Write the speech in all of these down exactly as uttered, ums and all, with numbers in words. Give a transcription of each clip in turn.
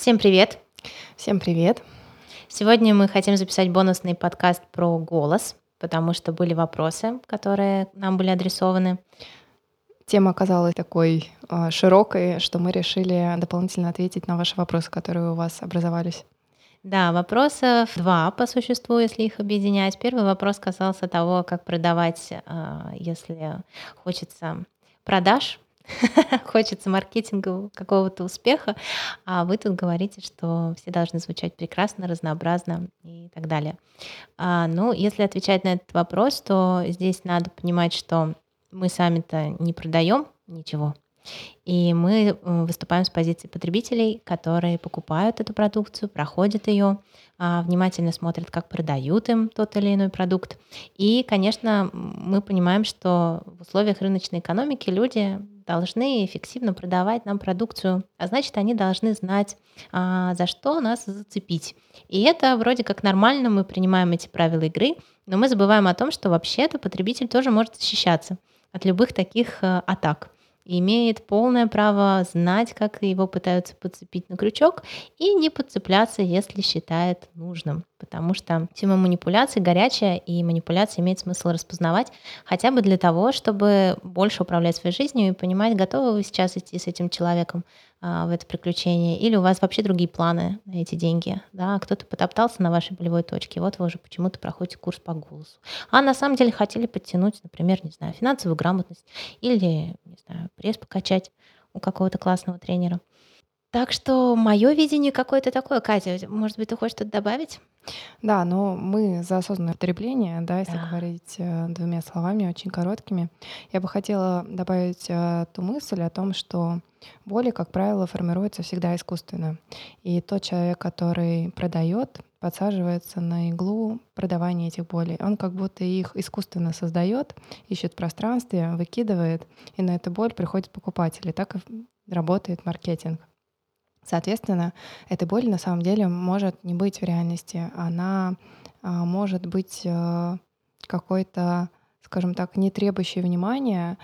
Всем привет! Всем привет! Сегодня мы хотим записать бонусный подкаст про голос, потому что были вопросы, которые нам были адресованы. Тема оказалась такой, а, широкой, что мы решили дополнительно ответить на ваши вопросы, которые у вас образовались. Да, вопросов два по существу, если их объединять. Первый вопрос касался того, как продавать, а, если хочется продаж, хочется маркетингового какого-то успеха, а вы тут говорите, что все должны звучать прекрасно, разнообразно и так далее. А, ну, если отвечать на этот вопрос, то здесь надо понимать, что мы сами-то не продаем ничего, и мы, м, выступаем с позиции потребителей, которые покупают эту продукцию, проходят ее, а, внимательно смотрят, как продают им тот или иной продукт. И, конечно, м, мы понимаем, что в условиях рыночной экономики люди должны эффективно продавать нам продукцию, а значит, они должны знать, а, за что нас зацепить. И это вроде как нормально, мы принимаем эти правила игры, но мы забываем о том, что вообще-то потребитель тоже может защищаться от любых таких, э, атак. И имеет полное право знать, как его пытаются подцепить на крючок, и не подцепляться, если считает нужным. Потому что тема манипуляций горячая, и манипуляции имеет смысл распознавать хотя бы для того, чтобы больше управлять своей жизнью и понимать, готовы вы сейчас идти с этим человеком, а, в это приключение, или у вас вообще другие планы на эти деньги, да. Кто-то потоптался на вашей болевой точке, вот вы уже почему-то проходите курс по голосу. А на самом деле хотели подтянуть, например, не знаю, финансовую грамотность или, не знаю, пресс покачать у какого-то классного тренера. Так что моё видение какое-то такое. Катя, может быть, ты хочешь что-то добавить? Да, но мы за осознанное потребление, да, если Да. говорить, э, двумя словами, очень короткими. Я бы хотела добавить, э, ту мысль о том, что боли, как правило, формируются всегда искусственно. И тот человек, который продаёт, подсаживается на иглу продавания этих болей. Он как будто их искусственно создаёт, ищет в пространстве, выкидывает, и на эту боль приходят покупатели. Так и в работает маркетинг. Соответственно, этой боли на самом деле может не быть в реальности. Она, а, может быть, э, какой-то, скажем так, не требующей внимания,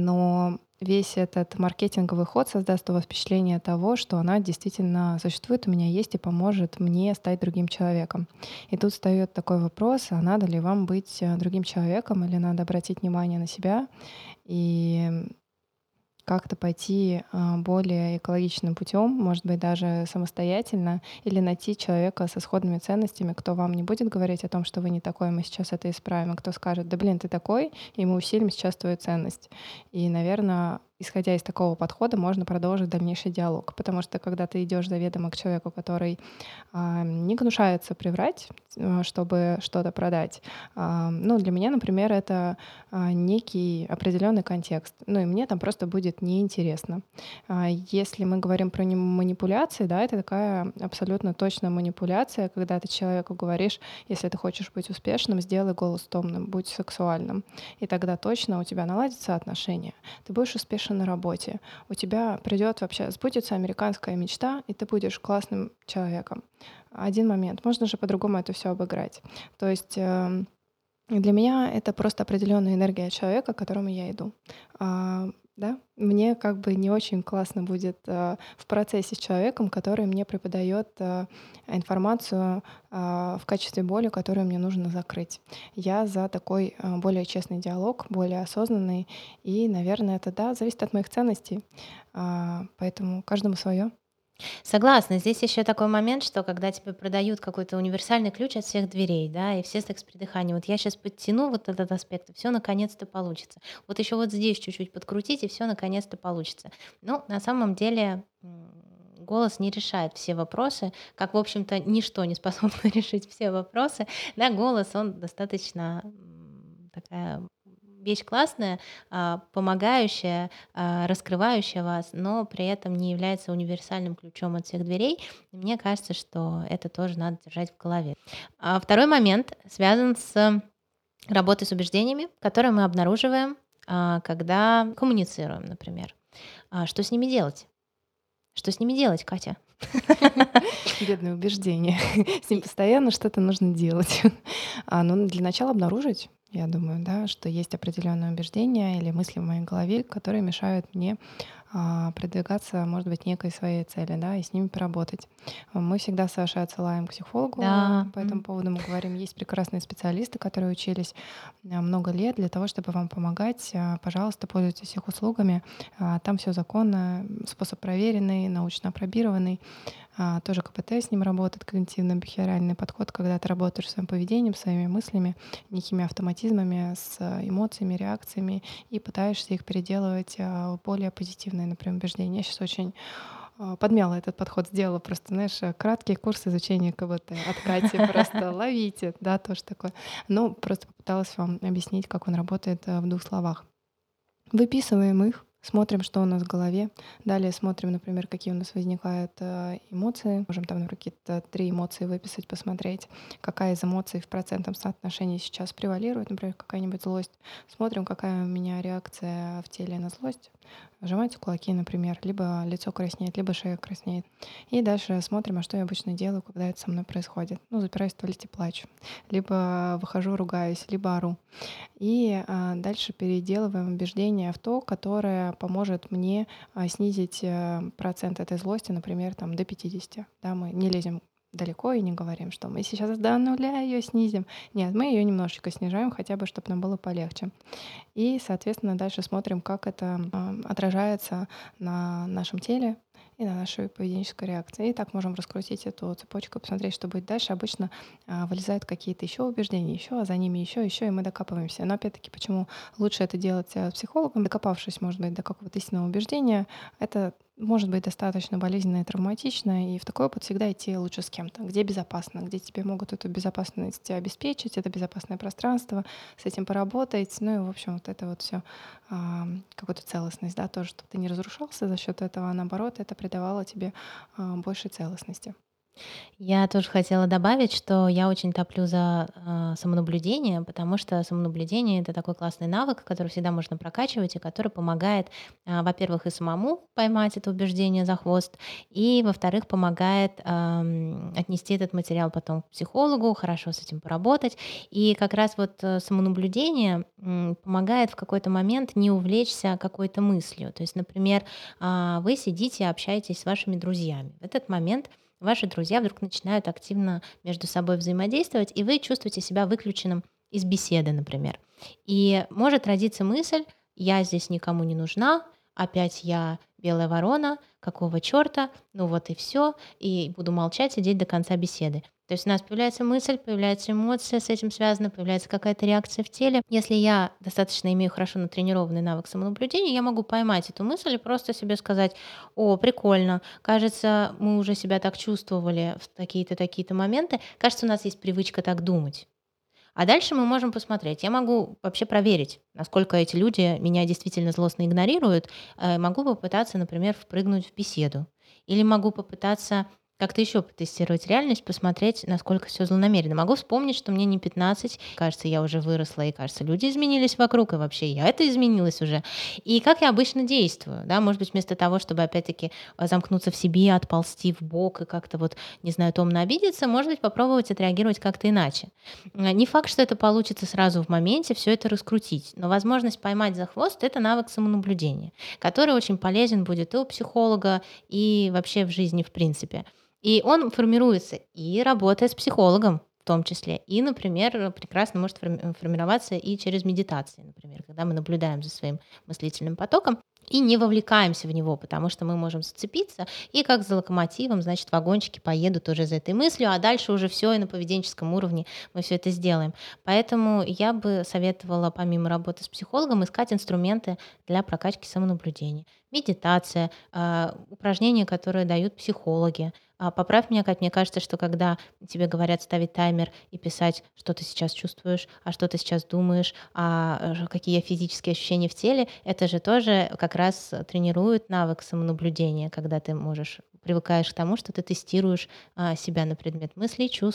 но весь этот маркетинговый ход создаст у вас впечатление того, что она действительно существует, у меня есть и поможет мне стать другим человеком. И тут встаёт такой вопрос: а надо ли вам быть, э, другим человеком или надо обратить внимание на себя и как-то пойти, а, более экологичным путём, может быть, даже самостоятельно, или найти человека со сходными ценностями, кто вам не будет говорить о том, что вы не такой, мы сейчас это исправим, а кто скажет: "Да блин, ты такой, и мы усилим сейчас твою ценность". И, наверно, исходя из такого подхода, можно продолжить дальнейший диалог. Потому что когда ты идёшь заведомо к человеку, который, а, не гнушается приврать, э, чтобы что-то продать, а, ну, для меня, например, это, а, некий определённый контекст. Ну, и мне там просто будет неинтересно. А если мы говорим про не манипуляции, да, это такая абсолютно точная манипуляция, когда ты человеку говоришь: "Если ты хочешь быть успешным, сделай голос томным, будь сексуальным, и тогда точно у тебя наладятся отношения. Ты будешь успешен на работе, у тебя придёт вообще сбудется американская мечта, и ты будешь классным человеком". Один момент. Можно же по-другому это всё обыграть. То есть, эм, для меня это просто определённая энергия человека, к которому я иду. А, да, мне как бы не очень классно будет, э, в процессе с человеком, который мне преподаёт, э, информацию, а, в качестве боли, которую мне нужно закрыть. Я за такой, э, более честный диалог, более осознанный, и, наверное, это, да, зависит от моих ценностей. А, поэтому каждому своё. Согласна. Здесь ещё такой момент, что когда тебе продают какой-то универсальный ключ от всех дверей, да, и все так с придыханием: "Вот я щас подтяну вот этот аспект, и всё наконец-то получится. Вот ещё вот здесь чуть-чуть подкрутить, и всё наконец-то получится". Ну, на самом деле, м, голос не решает все вопросы, как, в общем-то, ничто не способно решить все вопросы. Да, голос, он достаточно, м, такая вещь классная, а, помогающая, а, раскрывающая вас, но при этом не является универсальным ключом от всех дверей. И мне кажется, что это тоже надо держать в голове. А второй момент связан с работой с убеждениями, которые мы обнаруживаем, а, когда коммуницируем, например. А что с ними делать? Что с ними делать, Катя? Бедные убеждения. С ним И постоянно что-то нужно делать. А, ну, для начала обнаружить, я думаю, да, что есть определённые убеждения или мысли в моей голове, которые мешают мне, а, продвигаться, может быть, некой своей цели, да, и с ними поработать. А, Мы всегда с Сашей отсылаем к психологу Да, по этому м. поводу. Мы говорим, есть прекрасные специалисты, которые учились а, много лет для того, чтобы вам помогать. А, Пожалуйста, пользуйтесь их услугами. А, Там все законно, м, способ проверенный, научно опробированный. А, Тоже ка пэ тэ с ним работает, когнитивно-бихевиоральный подход, когда ты работаешь своим поведением, своими мыслями, некими автоматизмами, с э, эмоциями, реакциями и пытаешься их переделывать а, в более позитивные, например, убеждения. Я сейчас очень а, подмяла этот подход, сделала просто, знаешь, э, краткий курс изучения ка бэ тэ от Кати. Просто ловите, да, тоже такое. Ну, просто попыталась вам объяснить, как он работает э, в двух словах. Выписываем их, смотрим, что у нас в голове. Далее смотрим, например, какие у нас возникают э, эмоции. Можем там, например, какие-то три эмоции выписать, посмотреть, какая из эмоций в процентном соотношении сейчас превалирует. Например, какая-нибудь злость. Смотрим, какая у меня реакция в теле на злость. Сжимаются кулаки, например, либо лицо краснеет, либо шея краснеет. И дальше смотрим, а что я обычно делаю, когда это со мной происходит. Ну, запираюсь в туалете, плачу. Либо выхожу, ругаюсь, либо ору. И а, дальше переделываем убеждение в то, которое поможет мне а, снизить э, процент этой злости, например, там, до пятидесяти. Да, мы не лезем далеко и не говорим, что мы сейчас до нуля ее снизим. Нет, мы ее немножечко снижаем, хотя бы, чтобы нам было полегче. И, соответственно, дальше смотрим, как это а, отражается на нашем теле и на нашей поведенческой реакции. И так можем раскрутить эту цепочку, посмотреть, что будет дальше. Обычно а, вылезают какие-то еще убеждения, еще, а за ними еще, еще, и мы докапываемся. Но опять-таки, почему лучше это делать э, с психологом, докопавшись, может быть, до какого-то истинного убеждения, это может быть достаточно болезненно и травматично, и в такой опыт всегда идти лучше с кем-то, где безопасно, где тебе могут эту безопасность обеспечить, это безопасное пространство, с этим поработать, ну и, в общем, вот это вот все какую-то целостность, да, тоже, чтобы ты не разрушался за счет этого, а наоборот, это придавало тебе а, больше целостности. Я тоже хотела добавить, что я очень топлю за а, самонаблюдение, потому что самонаблюдение это такой классный навык, который всегда можно прокачивать и который помогает, а, во-первых, и самому поймать это убеждение за хвост, и, во-вторых, помогает ам, отнести этот материал потом к психологу, хорошо с этим поработать. И как раз вот э, самонаблюдение м, помогает в какой-то момент не увлечься какой-то мыслью. То есть, например, а, вы сидите, общаетесь с вашими друзьями. В этот момент ваши друзья вдруг начинают активно между собой взаимодействовать, и вы чувствуете себя выключенным из беседы, например. И может родиться мысль: «Я здесь никому не нужна, опять я белая ворона, какого черта, ну вот и все, и буду молчать, сидеть до конца беседы». То есть у нас появляется мысль, появляется эмоция с этим связана, появляется какая-то реакция в теле. Если я достаточно имею хорошо натренированный навык самонаблюдения, я могу поймать эту мысль и просто себе сказать: «О, прикольно, кажется, мы уже себя так чувствовали в такие-то, такие-то моменты. Кажется, у нас есть привычка так думать». А дальше мы можем посмотреть. Я могу вообще проверить, насколько эти люди меня действительно злостно игнорируют. Э, Могу попытаться, например, впрыгнуть в беседу. Или могу попытаться как-то еще потестировать реальность, посмотреть, насколько все злонамеренно. Могу вспомнить, что мне не пятнадцать, кажется, я уже выросла, и кажется, люди изменились вокруг, и вообще я это изменилась уже. И как я обычно действую, да, может быть, вместо того, чтобы опять-таки а, замкнуться в себе, отползти в бок и как-то вот, не знаю, томно обидеться, может быть, попробовать отреагировать как-то иначе. Э, Не факт, что это получится сразу в моменте все это раскрутить, но возможность поймать за хвост — это навык самонаблюдения, который очень полезен будет и у психолога, и вообще в жизни в принципе. И он формируется и работая с психологом в том числе, и, например, прекрасно может форми- формироваться и через медитации, например, когда мы наблюдаем за своим мыслительным потоком и не вовлекаемся в него, потому что мы можем зацепиться и как за локомотивом, значит, вагончики поедут уже за этой мыслью, а дальше уже все и на поведенческом уровне мы все это сделаем. Поэтому я бы советовала, помимо работы с психологом, искать инструменты для прокачки самонаблюдения. Медитация, а, упражнения, которые дают психологи. А, Поправь меня, Кать, мне кажется, что когда тебе говорят ставить таймер и писать, что ты сейчас чувствуешь, а что ты сейчас думаешь, а э, какие физические ощущения в теле, это же тоже как раз тренирует навык самонаблюдения, когда ты можешь привыкаешь к тому, что ты тестируешь а, себя на предмет мыслей, чувств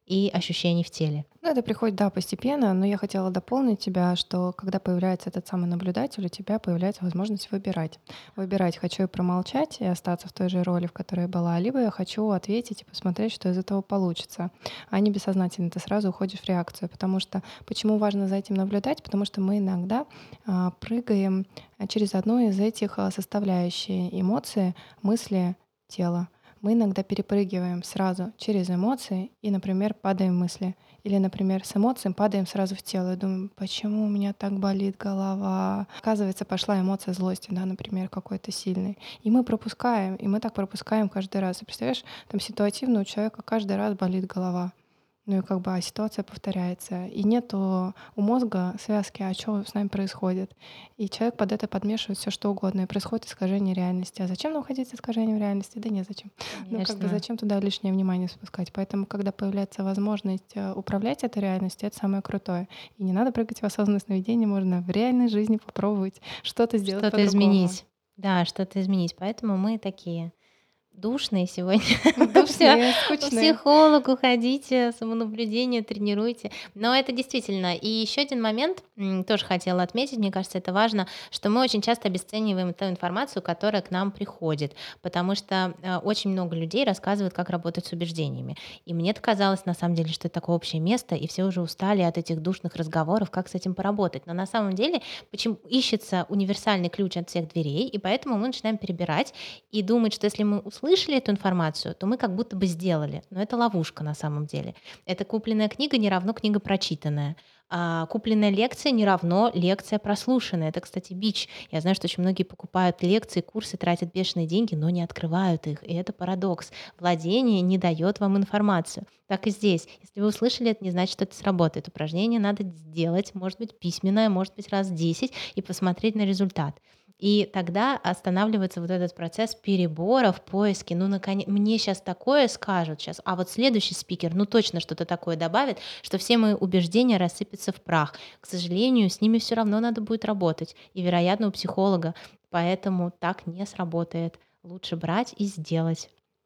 и ощущений в теле. Ну, это приходит, да, постепенно, но я хотела дополнить тебя, что когда появляется этот самый наблюдатель, у тебя появляется возможность выбирать. Выбирать, хочу я промолчать и остаться в той же роли, в которой я была, либо я хочу ответить и посмотреть, что из этого получится. А не бессознательно, ты сразу уходишь в реакцию. Потому что почему важно за этим наблюдать? Потому что мы иногда а, прыгаем а, через одну из этих а, составляющих эмоции, мысли, тела. Мы иногда перепрыгиваем сразу через эмоции и, например, падаем в мысли. Или, например, с эмоциями падаем сразу в тело и думаем, почему у меня так болит голова. Оказывается, пошла эмоция злости, да, например, какой-то сильной. И мы пропускаем, и мы так пропускаем каждый раз. И представляешь, там ситуативно у человека каждый раз болит голова. Ну и как бы а ситуация повторяется. И нету у мозга связки, а что с нами происходит. И человек под это подмешивает все что угодно. И происходит искажение реальности. А зачем нам ходить с искажением реальности? Да незачем. Ну как бы Конечно. зачем туда лишнее внимание спускать? Поэтому, когда появляется возможность э, управлять этой реальностью, это самое крутое. И не надо прыгать в осознанное сновидение, можно в реальной жизни попробовать что-то сделать Что-то по-другому. изменить. Да, что-то изменить. Поэтому мы такие душные сегодня. Всё, Душные, к скучные. психологу ходите, самонаблюдение тренируйте. Но это действительно. И еще один момент, м, тоже хотела отметить, мне кажется, это важно, что мы очень часто обесцениваем ту информацию, которая к нам приходит, потому что, э, очень много людей рассказывают, как работать с убеждениями. И мне-то казалось, на самом деле, что это такое общее место, и все уже устали от этих душных разговоров, как с этим поработать. Но на самом деле почему ищется универсальный ключ от всех дверей, и поэтому мы начинаем перебирать и думать, что если мы услышали эту информацию, то мы как будто бы сделали. Но это ловушка на самом деле. Это купленная книга не равно книга прочитанная. А купленная лекция не равно лекция прослушанная. Это, кстати, бич. Я знаю, что очень многие покупают лекции, курсы, тратят бешеные деньги, но не открывают их. И это парадокс. Владение не дает вам информацию. Так и здесь. Если вы услышали, это не значит, что это сработает. Упражнение надо сделать, может быть, письменное, может быть, раз десять, и посмотреть на результат. И тогда останавливается вот этот процесс перебора в поиске. Ну, наконец, мне сейчас такое скажут сейчас, а вот следующий спикер, ну, точно что-то такое добавит, что все мои убеждения рассыпятся в прах. К сожалению, с ними все равно надо будет работать. И, вероятно, у психолога. Поэтому так не сработает. Лучше брать и сделать.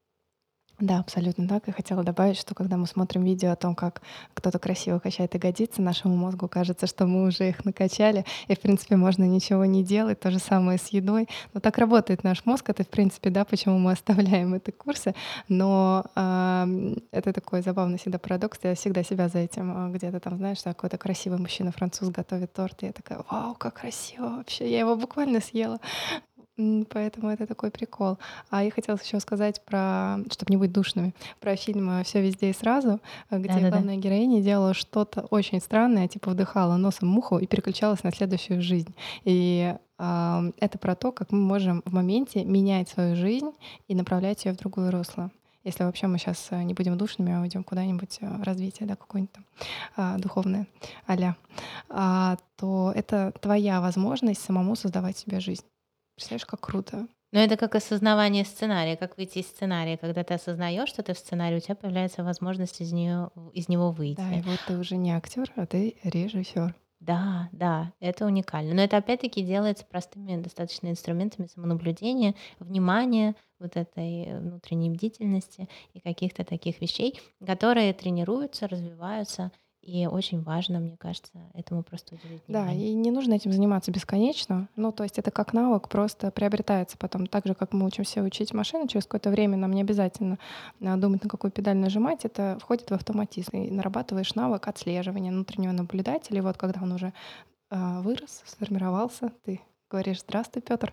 Да, абсолютно так. И хотела добавить, что когда мы смотрим видео о том, как кто-то красиво качает ягодицы, нашему мозгу кажется, что мы уже их накачали, и, в принципе, можно ничего не делать. То же самое с едой. Но так работает наш мозг. Это, в принципе, да, почему мы оставляем эти курсы. Но ам, это такой забавный всегда парадокс. Я всегда себя за этим а, где-то там, знаешь, что какой-то красивый мужчина-француз готовит торт, и я такая, вау, как красиво вообще. Я его буквально съела. М, поэтому это такой прикол. А я хотела еще сказать про, чтобы не быть душными, про фильм «Все везде и сразу», э, где Да-да-да. главная героиня делала что-то очень странное, типа вдыхала носом муху и переключалась на следующую жизнь. И ам, это про то, как мы можем в моменте менять свою жизнь и направлять ее в другое русло. Если вообще мы сейчас не будем душными, а уйдем куда-нибудь э, в развитие, да, какое-нибудь там а, духовное а а, то это твоя возможность самому создавать себе жизнь. Представляешь, как круто. Но это как осознавание сценария, как выйти из сценария. Когда ты осознаешь, что ты в сценарии, у тебя появляется возможность из, неё, из него Да, выйти. и вот ты уже не актер, а ты режиссер. Да, да, это уникально. Но это опять-таки делается простыми достаточно инструментами самонаблюдения, внимания, вот этой э, внутренней бдительности и каких-то таких вещей, которые тренируются, развиваются. И очень важно, мне кажется, этому просто уделить Да, внимание. и не нужно этим заниматься бесконечно. Ну, то есть это как навык, просто приобретается потом. Так же, как мы учимся учить машину, через какое-то время нам не обязательно а, думать, на какую педаль нажимать, это входит в автоматизм. И нарабатываешь навык отслеживания внутреннего наблюдателя. И вот когда он уже а, вырос, сформировался, ты говоришь: «Здравствуй, Петр,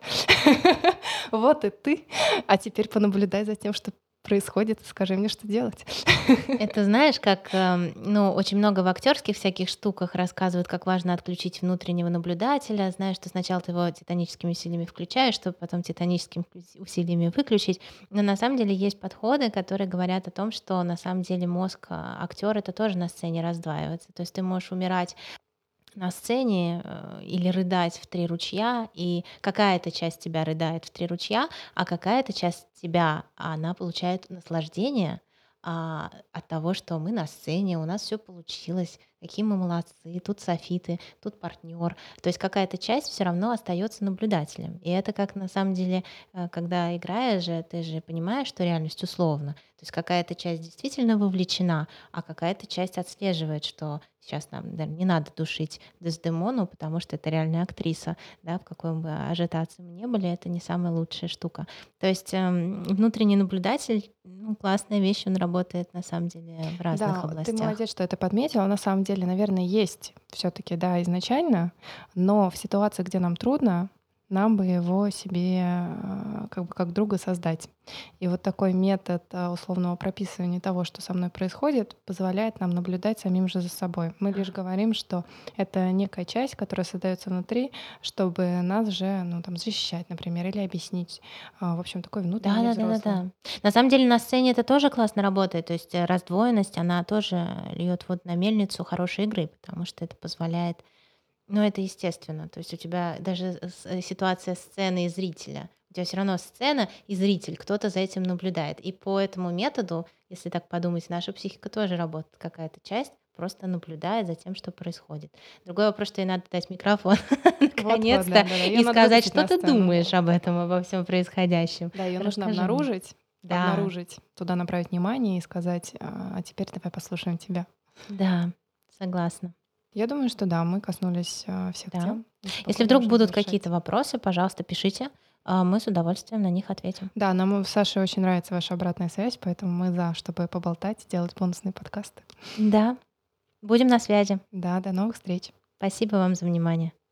вот и ты, а теперь понаблюдай за тем, что происходит, и скажи мне, что делать». Это знаешь, как, эм, ну, очень много в актерских всяких штуках рассказывают, как важно отключить внутреннего наблюдателя. Знаешь, что сначала ты его титаническими усилиями включаешь, чтобы потом титаническими вклю- усилиями выключить. Но на самом деле есть подходы, которые говорят о том, что на самом деле мозг актера это тоже на сцене раздваивается. То есть ты можешь умирать на сцене э, или рыдать в три ручья, и какая-то часть тебя рыдает в три ручья, а какая-то часть тебя, она получает наслаждение а, от того, что мы на сцене, у нас все получилось, какие мы молодцы, тут софиты, тут партнер. То есть какая-то часть все равно остается наблюдателем. И это как на самом деле, э, когда играешь же, ты же понимаешь, что реальность условна. То есть какая-то часть действительно вовлечена, а какая-то часть отслеживает, что сейчас нам да, не надо душить Дездемону, потому что это реальная актриса, да, в какой бы ажитации мы не были, это не самая лучшая штука. То есть эм, внутренний наблюдатель, ну, классная вещь, он работает на самом деле в разных Да, ты областях. молодец, что это подметила. На самом деле, наверное, есть все таки да, изначально, но в ситуации, где нам трудно, нам бы его себе, а, как бы как друга создать. И вот такой метод, а, условного прописывания того, что со мной происходит, позволяет нам наблюдать самим же за собой. Мы лишь говорим, что это некая часть, которая создается внутри, чтобы нас же, ну, там, защищать, например, или объяснить. А, В общем, такой внутренний взрослый. Да-да-да-да-да. На самом деле на сцене это тоже классно работает. То есть, э, раздвоенность, она тоже льет воду на мельницу хорошей игры, потому что это позволяет. Ну, это естественно. То есть у тебя даже с э, ситуация сцены и зрителя. У тебя все равно сцена и зритель, кто-то за этим наблюдает. И по этому методу, если так подумать, наша психика тоже работает. Какая-то часть просто наблюдает за тем, что происходит. Другой вопрос, что ей надо дать микрофон Вот-вот, наконец-то да-да-да. Ее и надо сказать, выпустить что на ты сцену. думаешь об этом, обо всем происходящем. Да, ее нужно Расскажи мне. обнаружить, Да, обнаружить, туда направить внимание и сказать: «А, а теперь давай послушаем тебя». да, согласна. Я думаю, что да, мы коснулись, а, всех Да. тем и Если спокойно вдруг можем будут какие-то завершать. вопросы, пожалуйста, пишите. А, мы с удовольствием на них ответим. Да, нам с Сашей очень нравится ваша обратная связь, поэтому мы за, чтобы поболтать, сделать бонусные подкасты. Да, будем на связи. Да, до новых встреч. Спасибо вам за внимание.